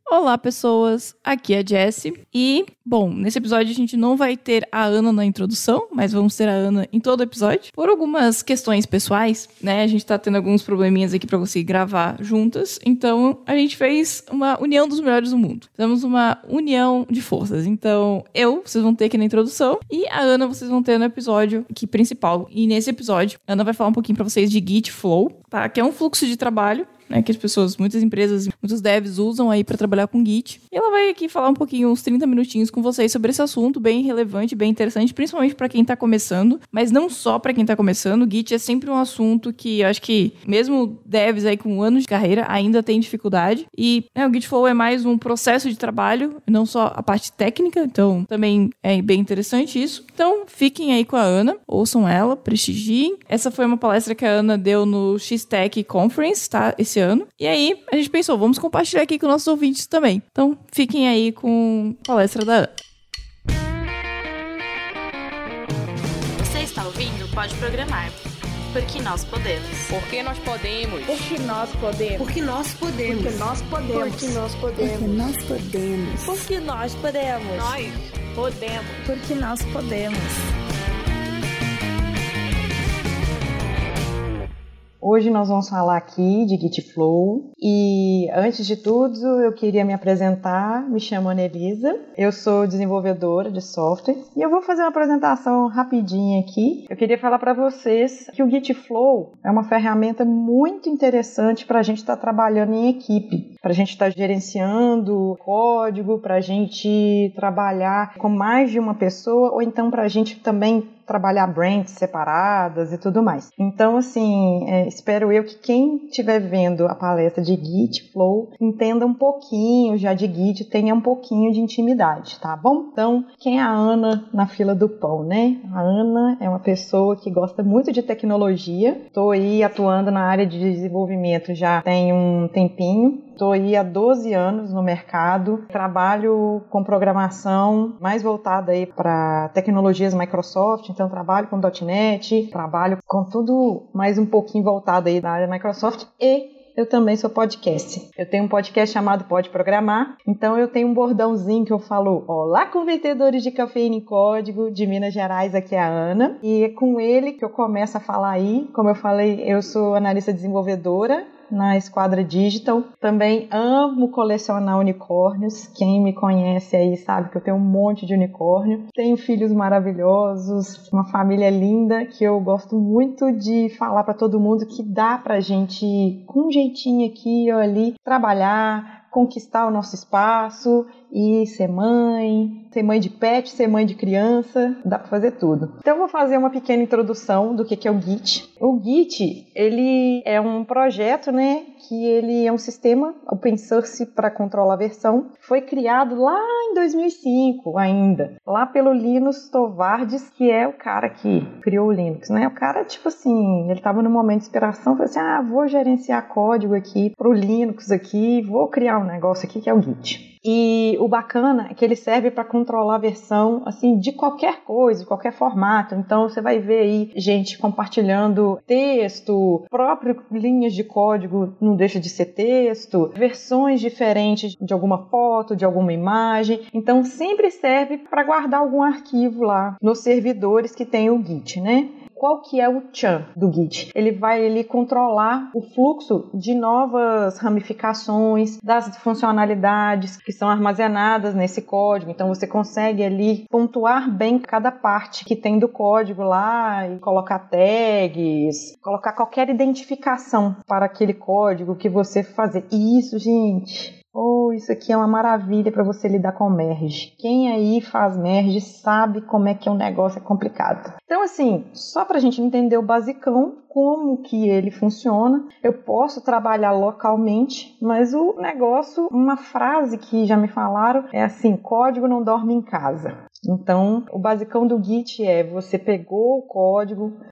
Olá, pessoas! Aqui é a Jessie. E, bom, nesse episódio a gente não vai ter a Ana na introdução, mas vamos ter a Ana em todo o episódio. Por algumas questões pessoais, né? A gente tá tendo alguns probleminhas aqui pra conseguir gravar juntas. Então, a gente fez uma união dos melhores do mundo. Fizemos uma união de forças. Então, vocês vão ter aqui na introdução. E a Ana, vocês vão ter no episódio aqui principal. E nesse episódio, a Ana vai falar um pouquinho pra vocês de Git Flow, tá? Que é um fluxo de trabalho, né, que as pessoas, muitas empresas, muitos devs usam aí para trabalhar com Git. E ela vai aqui falar um pouquinho, uns 30 minutinhos com vocês sobre esse assunto, bem relevante, bem interessante, principalmente para quem tá começando, mas não só para quem tá começando. Git é sempre um assunto que eu acho que mesmo devs aí com anos de carreira ainda tem dificuldade. E o Git Flow é mais um processo de trabalho, não só a parte técnica, então também é bem interessante isso. Então fiquem aí com a Ana, ouçam ela, prestigiem. Essa foi uma palestra que a Ana deu no X-Tech Conference, tá? Esse ano. E aí, a gente pensou, vamos compartilhar aqui com nossos ouvintes também. Então, fiquem aí com a palestra da Ana. Você está ouvindo Pode Programar. Porque nós podemos. Porque nós podemos. Porque nós podemos. Porque nós podemos. Porque nós podemos. Porque nós podemos. Porque nós podemos. Porque nós podemos. Nós podemos. Porque nós podemos. Hoje nós vamos falar aqui de Git Flow e antes de tudo eu queria me apresentar, me chamo Anelisa, eu sou desenvolvedora de software e eu vou fazer uma apresentação rapidinha aqui. Eu queria falar para vocês que o Git Flow é uma ferramenta muito interessante para a gente estar trabalhando em equipe, para a gente estar gerenciando código, para a gente trabalhar com mais de uma pessoa ou então para a gente também trabalhar branches separadas e tudo mais. Então, assim, espero eu que quem estiver vendo a palestra de Git Flow entenda um pouquinho já de Git, tenha um pouquinho de intimidade, tá bom? Então, quem é a Ana na fila do pão, né? A Ana é uma pessoa que gosta muito de tecnologia. Estou aí atuando na área de desenvolvimento já tem um tempinho. Estou aí há 12 anos no mercado, trabalho com programação mais voltada aí para tecnologias Microsoft, então trabalho com .NET, trabalho com tudo mais um pouquinho voltado aí da área Microsoft e eu também sou podcast. Eu tenho um podcast chamado Pode Programar, então eu tenho um bordãozinho que eu falo: olá, convertedores de cafeína em código de Minas Gerais, aqui é a Ana. E é com ele que eu começo a falar aí. Como eu falei, eu sou analista desenvolvedora na Esquadra Digital. Também amo colecionar unicórnios. Quem me conhece aí sabe que eu tenho um monte de unicórnio. Tenho filhos maravilhosos, uma família linda que eu gosto muito de falar para todo mundo que dá pra gente, com um jeitinho aqui ou ali, trabalhar, conquistar o nosso espaço e ser mãe de pet, ser mãe de criança, dá para fazer tudo. Então eu vou fazer uma pequena introdução do que é o Git. O Git, ele é um projeto, né, que ele é um sistema open source para controlar a versão. Foi criado lá em 2005 ainda, lá pelo Linus Torvalds, que é o cara que criou o Linux, né? O cara, tipo assim, ele estava no momento de inspiração, falou assim: vou gerenciar código aqui pro Linux aqui, vou criar um negócio aqui que é o Git. E o bacana é que ele serve para controlar a versão assim, de qualquer coisa, de qualquer formato. Então você vai ver aí gente compartilhando texto, próprio linhas de código não deixa de ser texto, versões diferentes de alguma foto, de alguma imagem. Então sempre serve para guardar algum arquivo lá nos servidores que tem o Git, né? Qual que é o chan do Git? Ele vai controlar o fluxo de novas ramificações das funcionalidades que são armazenadas nesse código. Então você consegue ali pontuar bem cada parte que tem do código lá e colocar tags, colocar qualquer identificação para aquele código que você fazer. E isso, gente, isso aqui é uma maravilha para você lidar com merge. Quem aí faz merge sabe como é que é um negócio, é complicado. Então, assim, só para a gente entender o basicão, como que ele funciona, eu posso trabalhar localmente, mas o negócio, uma frase que já me falaram é assim: código não dorme em casa. Então, o basicão do Git é: você pegou o código,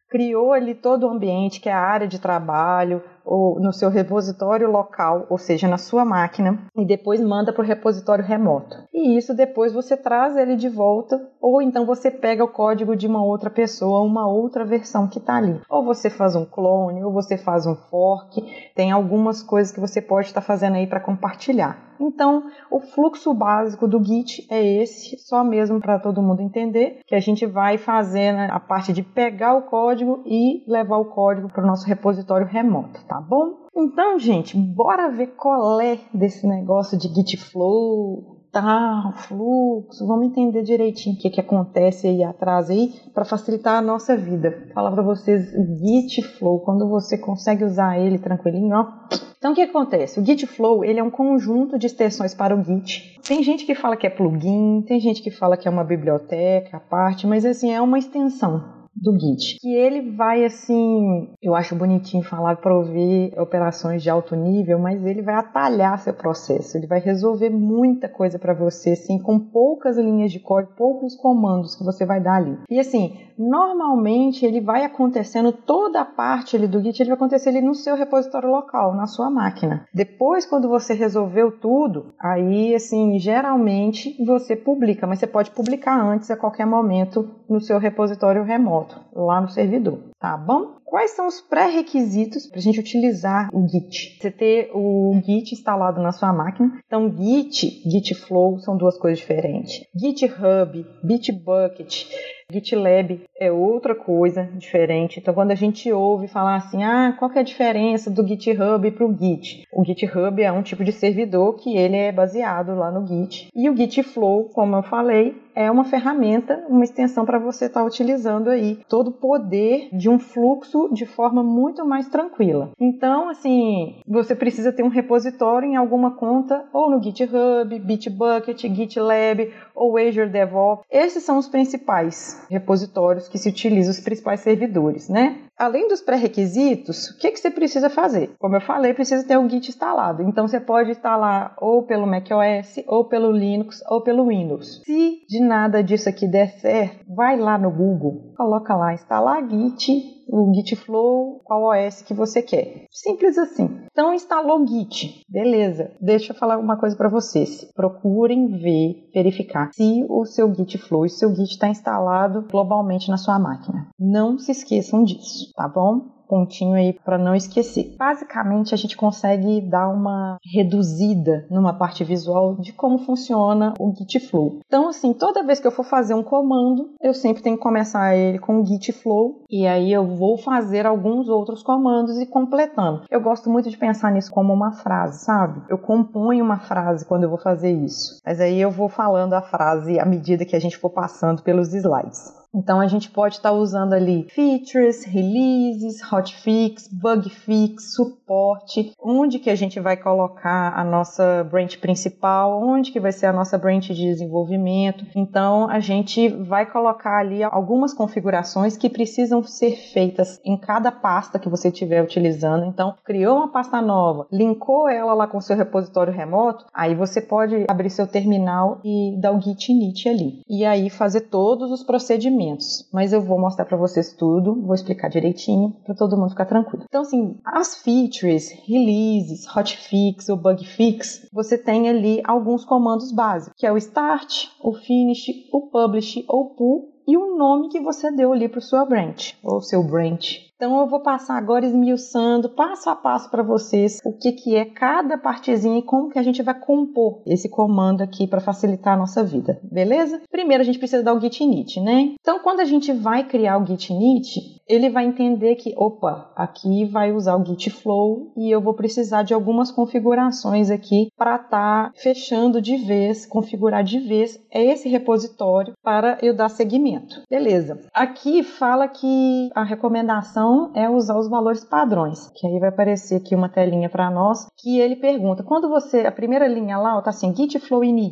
criou ali todo o ambiente, que é a área de trabalho, ou no seu repositório local, ou seja, na sua máquina, e depois manda para o repositório remoto. E isso depois você traz ele de volta, ou então você pega o código de uma outra pessoa, uma outra versão que está ali. Ou você faz um clone, ou você faz um fork, tem algumas coisas que você pode estar fazendo aí para compartilhar. Então, o fluxo básico do Git é esse, só mesmo para todo mundo entender, que a gente vai fazendo a parte de pegar o código e levar o código para o nosso repositório remoto, tá bom? Então, gente, bora ver qual é desse negócio de Git Flow, tá, fluxo, vamos entender direitinho o que acontece aí atrás aí para facilitar a nossa vida. Vou falar para vocês o Git Flow, quando você consegue usar ele tranquilinho, ó. Então, o que acontece? O Git Flow, ele é um conjunto de extensões para o Git. Tem gente que fala que é plugin, tem gente que fala que é uma biblioteca à parte, mas assim, é uma extensão do Git, que ele vai assim, eu acho bonitinho falar, prover operações de alto nível, mas ele vai atalhar seu processo, ele vai resolver muita coisa para você, assim, com poucas linhas de código, poucos comandos que você vai dar ali. E assim, normalmente ele vai acontecendo, toda a parte ali do Git, ele vai acontecer ali no seu repositório local, na sua máquina. Depois, quando você resolveu tudo, aí assim, geralmente você publica, mas você pode publicar antes, a qualquer momento, no seu repositório remoto, lá no servidor, tá bom? Quais são os pré-requisitos para a gente utilizar o Git? Você ter o Git instalado na sua máquina. Então, Git Flow são duas coisas diferentes. GitHub, Bitbucket, GitLab é outra coisa diferente. Então, quando a gente ouve falar assim, qual que é a diferença do GitHub para o Git? O GitHub é um tipo de servidor que ele é baseado lá no Git. E o Git Flow, como eu falei, é uma ferramenta, uma extensão para você estar utilizando aí todo o poder de um fluxo de forma muito mais tranquila. Então, assim, você precisa ter um repositório em alguma conta, ou no GitHub, Bitbucket, GitLab ou Azure DevOps. Esses são os principais repositórios que se utilizam, os principais servidores, né? Além dos pré-requisitos, o que você precisa fazer? Como eu falei, precisa ter o Git instalado. Então, você pode instalar ou pelo macOS, ou pelo Linux, ou pelo Windows. Se de nada disso aqui der certo, vai lá no Google, coloca lá, instalar Git, o Git Flow, qual OS que você quer. Simples assim. Então, instalou o Git. Beleza. Deixa eu falar uma coisa para vocês. Procurem verificar se o seu Git Flow e o seu Git está instalado globalmente na sua máquina. Não se esqueçam disso, tá bom? Pontinho aí para não esquecer. Basicamente, a gente consegue dar uma reduzida numa parte visual de como funciona o Git Flow. Então, assim, toda vez que eu for fazer um comando, eu sempre tenho que começar ele com o Git Flow e aí eu vou fazer alguns outros comandos e completando. Eu gosto muito de pensar nisso como uma frase, sabe? Eu componho uma frase quando eu vou fazer isso. Mas aí eu vou falando a frase à medida que a gente for passando pelos slides. Então, a gente pode estar usando ali features, releases, hotfix, bugfix, suporte, onde que a gente vai colocar a nossa branch principal, onde que vai ser a nossa branch de desenvolvimento. Então, a gente vai colocar ali algumas configurações que precisam ser feitas em cada pasta que você estiver utilizando. Então, criou uma pasta nova, linkou ela lá com o seu repositório remoto, aí você pode abrir seu terminal e dar o git init ali. E aí fazer todos os procedimentos. Mas eu vou mostrar para vocês tudo, vou explicar direitinho para todo mundo ficar tranquilo. Então, assim, as features, releases, hotfix ou bugfix, você tem ali alguns comandos básicos, que é o start, o finish, o publish ou pull e o nome que você deu ali para sua branch ou seu branch. Então, eu vou passar agora esmiuçando passo a passo para vocês o que é cada partezinha e como que a gente vai compor esse comando aqui para facilitar a nossa vida, beleza? Primeiro, a gente precisa dar o git init, né? Então, quando a gente vai criar o git init, ele vai entender que, opa, aqui vai usar o Git Flow e eu vou precisar de algumas configurações aqui para estar fechando de vez, configurar de vez esse repositório para eu dar seguimento. Beleza. Aqui fala que a recomendação é usar os valores padrões, que aí vai aparecer aqui uma telinha para nós, que ele pergunta, quando você, a primeira linha lá, tá assim, Git Flow init.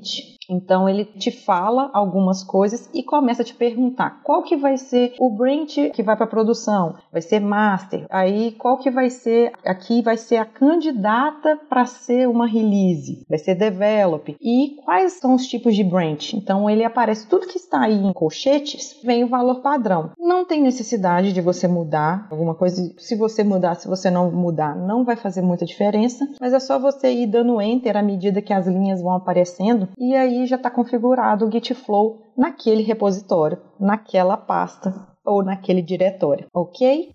Então ele te fala algumas coisas e começa a te perguntar qual que vai ser o branch que vai para produção. Vai ser master. Aí qual que vai ser, aqui vai ser a candidata para ser uma release. Vai ser develop. E quais são os tipos de branch? Então ele aparece tudo que está aí em colchetes, vem o valor padrão. Não tem necessidade de você mudar alguma coisa. Se você mudar, se você não mudar, não vai fazer muita diferença, mas é só você ir dando enter à medida que as linhas vão aparecendo e aí já está configurado o Git Flow naquele repositório, naquela pasta ou naquele diretório, ok?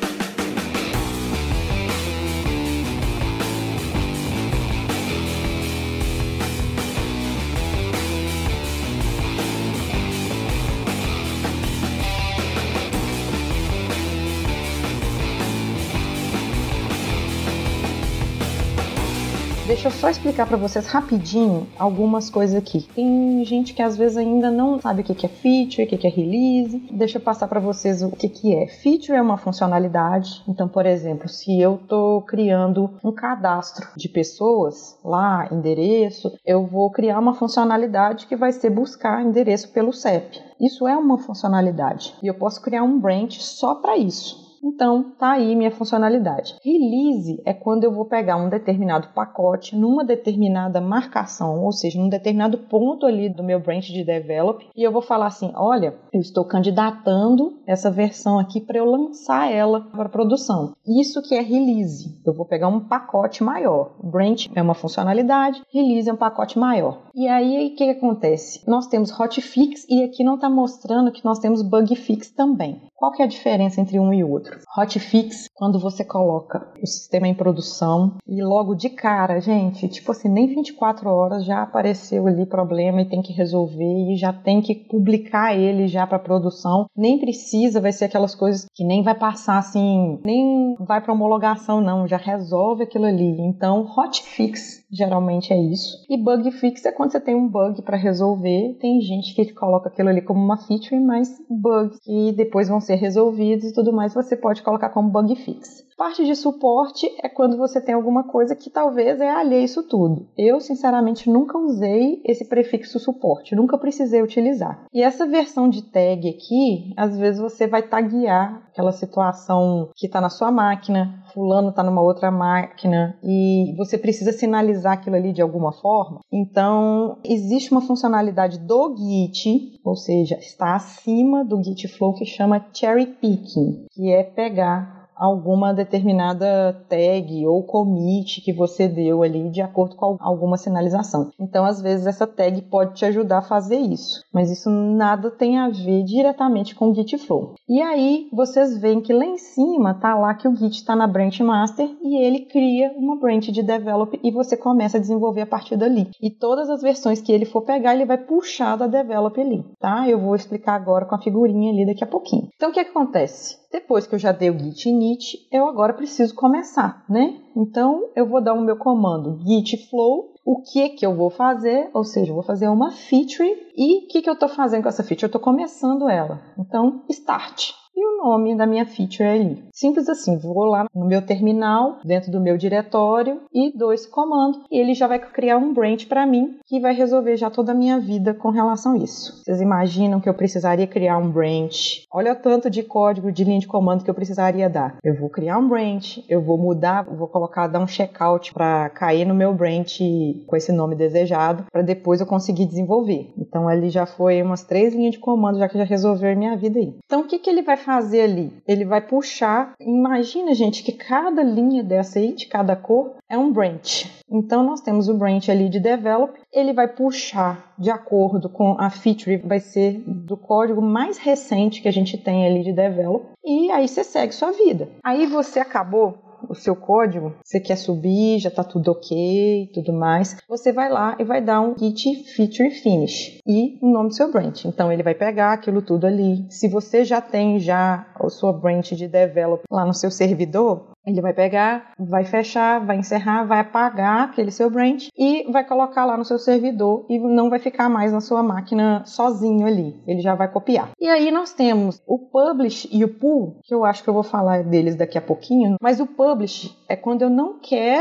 Deixa eu só explicar para vocês rapidinho algumas coisas aqui. Tem gente que às vezes ainda não sabe o que é feature, o que é release. Deixa eu passar para vocês o que é. Feature é uma funcionalidade. Então, por exemplo, se eu estou criando um cadastro de pessoas, lá, endereço, eu vou criar uma funcionalidade que vai ser buscar endereço pelo CEP. Isso é uma funcionalidade. E eu posso criar um branch só para isso. Então, tá aí minha funcionalidade. Release é quando eu vou pegar um determinado pacote numa determinada marcação, ou seja, num determinado ponto ali do meu branch de develop, e eu vou falar assim, olha, eu estou candidatando essa versão aqui para eu lançar ela para produção. Isso que é release. Eu vou pegar um pacote maior. Branch é uma funcionalidade, release é um pacote maior. E aí, o que acontece? Nós temos hotfix e aqui não está mostrando que nós temos bug fix também. Qual que é a diferença entre um e outro? Hotfix, quando você coloca o sistema em produção e logo de cara, gente, tipo assim, nem 24 horas já apareceu ali problema e tem que resolver e já tem que publicar ele já para produção. Nem precisa, vai ser aquelas coisas que nem vai passar assim, nem vai para homologação não, já resolve aquilo ali. Então, hotfix geralmente é isso. E bug fix é quando você tem um bug para resolver. Tem gente que coloca aquilo ali como uma feature, mas bugs que depois vão ser resolvidos e tudo mais, você pode colocar como bug fix. Parte de suporte é quando você tem alguma coisa que talvez é alheia a isso tudo. Eu, sinceramente, nunca usei esse prefixo suporte, nunca precisei utilizar. E essa versão de tag aqui, às vezes você vai taguear aquela situação que está na sua máquina, fulano está numa outra máquina e você precisa sinalizar aquilo ali de alguma forma. Então, existe uma funcionalidade do Git, ou seja, está acima do Git Flow que chama Cherry Picking, que é pegar alguma determinada tag ou commit que você deu ali de acordo com alguma sinalização. Então, às vezes, essa tag pode te ajudar a fazer isso, mas isso nada tem a ver diretamente com o Git Flow. E aí, vocês veem que lá em cima tá lá que o Git está na branch master e ele cria uma branch de develop e você começa a desenvolver a partir dali. E todas as versões que ele for pegar, ele vai puxar da develop ali, tá? Eu vou explicar agora com a figurinha ali daqui a pouquinho. Então, o que acontece? Depois que eu já dei o git init, eu agora preciso começar, né? Então, eu vou dar o meu comando git flow. O que eu vou fazer? Ou seja, eu vou fazer uma feature. E o que eu estou fazendo com essa feature? Eu estou começando ela. Então, start. E o nome da minha feature é ali. Simples assim, vou lá no meu terminal, dentro do meu diretório e dou esse comando. E ele já vai criar um branch para mim, que vai resolver já toda a minha vida com relação a isso. Vocês imaginam que eu precisaria criar um branch? Olha o tanto de código, de linha de comando que eu precisaria dar. Eu vou criar um branch, eu vou mudar, vou dar um checkout para cair no meu branch com esse nome desejado, para depois eu conseguir desenvolver. Então ali já foi umas 3 linhas de comando, já que já resolveu a minha vida aí. Então o que ele vai fazer ali? Ele vai puxar, imagina gente que cada linha dessa aí, de cada cor, é um branch. Então nós temos o branch ali de develop, ele vai puxar de acordo com a feature, vai ser do código mais recente que a gente tem ali de develop, e aí você segue sua vida. Aí você acabou o seu código, você quer subir, já está tudo ok, tudo mais, você vai lá e vai dar um git feature finish e o nome do seu branch. Então ele vai pegar aquilo tudo ali. Se você já tem a sua branch de develop lá no seu servidor, ele vai pegar, vai fechar, vai encerrar, vai apagar aquele seu branch e vai colocar lá no seu servidor e não vai ficar mais na sua máquina sozinho ali. Ele já vai copiar. E aí nós temos o publish e o pull, que eu acho que eu vou falar deles daqui a pouquinho, mas o publish é quando eu não quero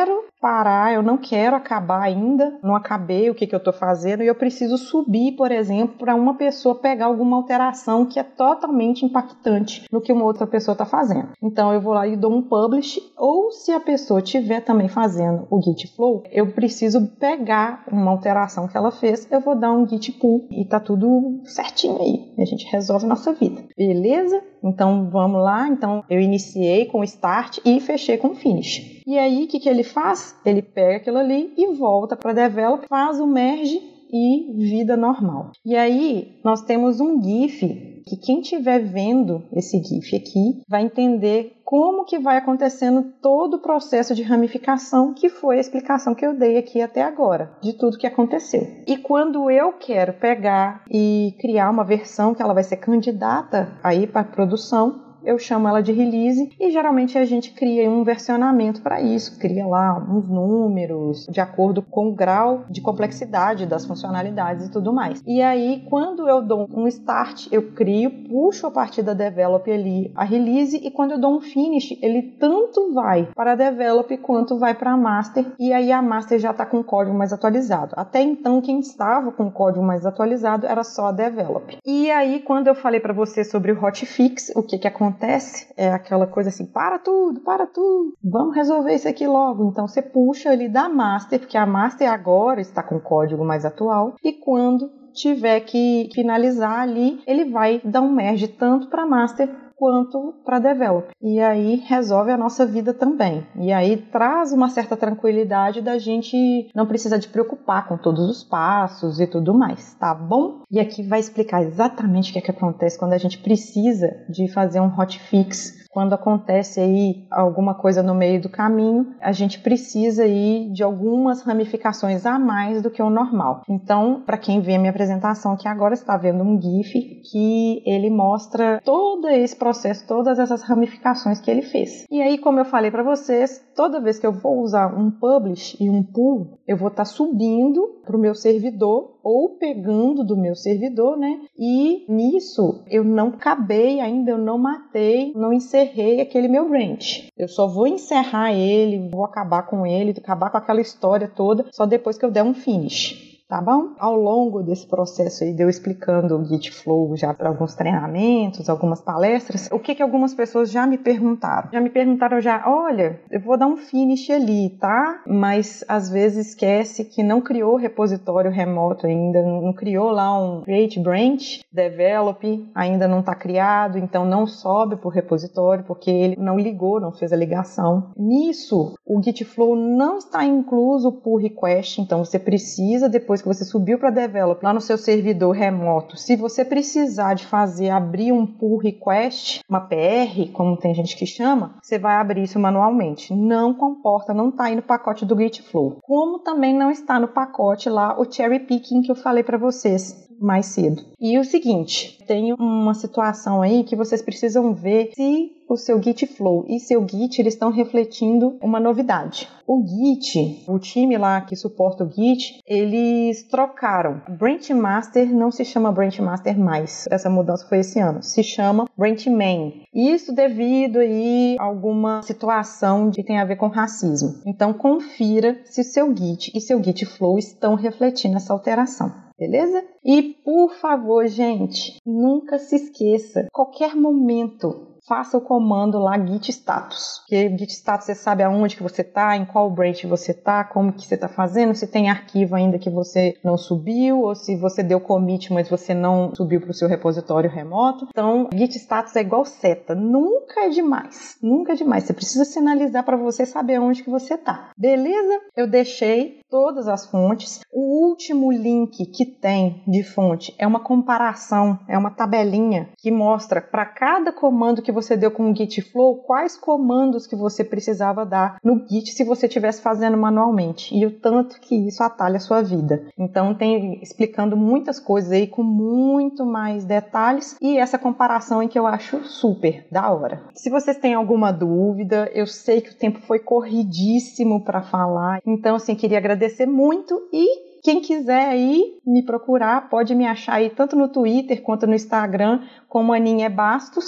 parar, eu não quero acabar ainda, não acabei o que eu estou fazendo e eu preciso subir, por exemplo, para uma pessoa pegar alguma alteração que é totalmente impactante no que uma outra pessoa está fazendo. Então eu vou lá e dou um publish, ou se a pessoa estiver também fazendo o Git Flow, eu preciso pegar uma alteração que ela fez, eu vou dar um Git pull e tá tudo certinho aí. A gente resolve nossa vida. Beleza? Então vamos lá. Então eu iniciei com o start e fechei com o finish. E aí o que ele faz? Ele pega aquilo ali e volta para develop, faz o merge e vida normal. E aí nós temos um GIF que quem estiver vendo esse GIF aqui vai entender como que vai acontecendo todo o processo de ramificação, que foi a explicação que eu dei aqui até agora, de tudo que aconteceu. E quando eu quero pegar e criar uma versão que ela vai ser candidata aí para produção, eu chamo ela de release e geralmente a gente cria um versionamento para isso, cria lá uns números de acordo com o grau de complexidade das funcionalidades e tudo mais. E aí, quando eu dou um start, eu crio, puxo a partir da develop ali a release e quando eu dou um finish, ele tanto vai para a develop quanto vai para a master e aí a master já está com o código mais atualizado. Até então, quem estava com o código mais atualizado era só a develop. E aí, quando eu falei para você sobre o hotfix, o que acontece? É aquela coisa assim, para tudo, vamos resolver isso aqui logo. Então você puxa ele da master, porque a master agora está com o código mais atual, e quando tiver que finalizar ali, ele vai dar um merge tanto para master quanto para develop. E aí resolve a nossa vida também. E aí traz uma certa tranquilidade da gente não precisar de preocupar com todos os passos e tudo mais, tá bom? E aqui vai explicar exatamente o que acontece quando a gente precisa de fazer um hotfix. Quando acontece aí alguma coisa no meio do caminho, a gente precisa aí de algumas ramificações a mais do que o normal. Então, para quem vê a minha apresentação aqui agora, está vendo um GIF que ele mostra todo esse processo, todas essas ramificações que ele fez. E aí, como eu falei para vocês, toda vez que eu vou usar um publish e um pull, eu vou estar subindo para o meu servidor ou pegando do meu servidor, né? E nisso eu não acabei ainda, eu não matei, não encerrei aquele meu branch. Eu só vou encerrar ele, vou acabar com ele, acabar com aquela história toda, só depois que eu der um finish. Tá bom? Ao longo desse processo aí de eu explicando o Git Flow já para alguns treinamentos, algumas palestras, o que algumas pessoas já me perguntaram? Já me perguntaram olha, eu vou dar um finish ali, tá? Mas às vezes esquece que não criou repositório remoto ainda, não criou lá um create branch, develop, ainda não está criado, então não sobe pro repositório porque ele não ligou, não fez a ligação. Nisso, o Git Flow não está incluso o pull request, então você precisa depois que você subiu para develop lá no seu servidor remoto, se você precisar de abrir um pull request, uma PR, como tem gente que chama, você vai abrir isso manualmente. Não comporta, não está aí no pacote do Git Flow. Como também não está no pacote lá o cherry picking que eu falei para vocês mais cedo. E o seguinte, tem uma situação aí que vocês precisam ver se o seu Git Flow e seu Git eles estão refletindo uma novidade. O Git, o time lá que suporta o Git, eles trocaram. Branch Master não se chama Branch Master mais. Essa mudança foi esse ano. Se chama Branch Main. Isso devido aí a alguma situação que tem a ver com racismo. Então confira se o seu Git e seu Git Flow estão refletindo essa alteração. Beleza? E por favor, gente, nunca se esqueça, qualquer momento, faça o comando lá git status. Porque git status você sabe aonde que você está, em qual branch você está, como que você está fazendo, se tem arquivo ainda que você não subiu, ou se você deu commit, mas você não subiu para o seu repositório remoto. Então, git status é igual seta. Nunca é demais. Nunca é demais. Você precisa sinalizar para você saber aonde que você está. Beleza? Eu deixei todas as fontes. O último link que tem de fonte é uma comparação, é uma tabelinha que mostra para cada comando que você deu com o Git Flow, quais comandos que você precisava dar no Git se você estivesse fazendo manualmente e o tanto que isso atalha a sua vida. Então tem explicando muitas coisas aí com muito mais detalhes e essa comparação aí que eu acho super da hora. Se vocês têm alguma dúvida, eu sei que o tempo foi corridíssimo para falar, então assim, queria agradecer muito e quem quiser aí me procurar, pode me achar aí tanto no Twitter quanto no Instagram como Aninha Bastos.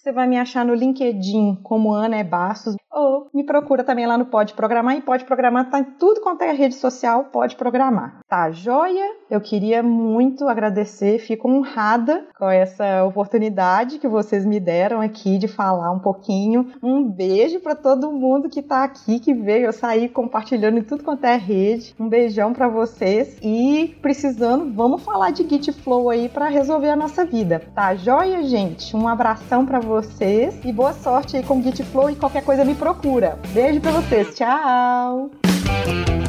Você vai me achar no LinkedIn como Ana E. Bastos, ou me procura também lá no Pode Programar, e Pode Programar tá em tudo quanto é rede social, Pode Programar. Tá joia? Eu queria muito agradecer, fico honrada com essa oportunidade que vocês me deram aqui de falar um pouquinho. Um beijo para todo mundo que tá aqui, que veio, eu saí compartilhando em tudo quanto é rede. Um beijão para vocês e precisando, vamos falar de Git Flow aí para resolver a nossa vida. Tá joia, gente? Um abração para vocês e boa sorte aí com Git Flow, e qualquer coisa me procura. Beijo para vocês. Tchau!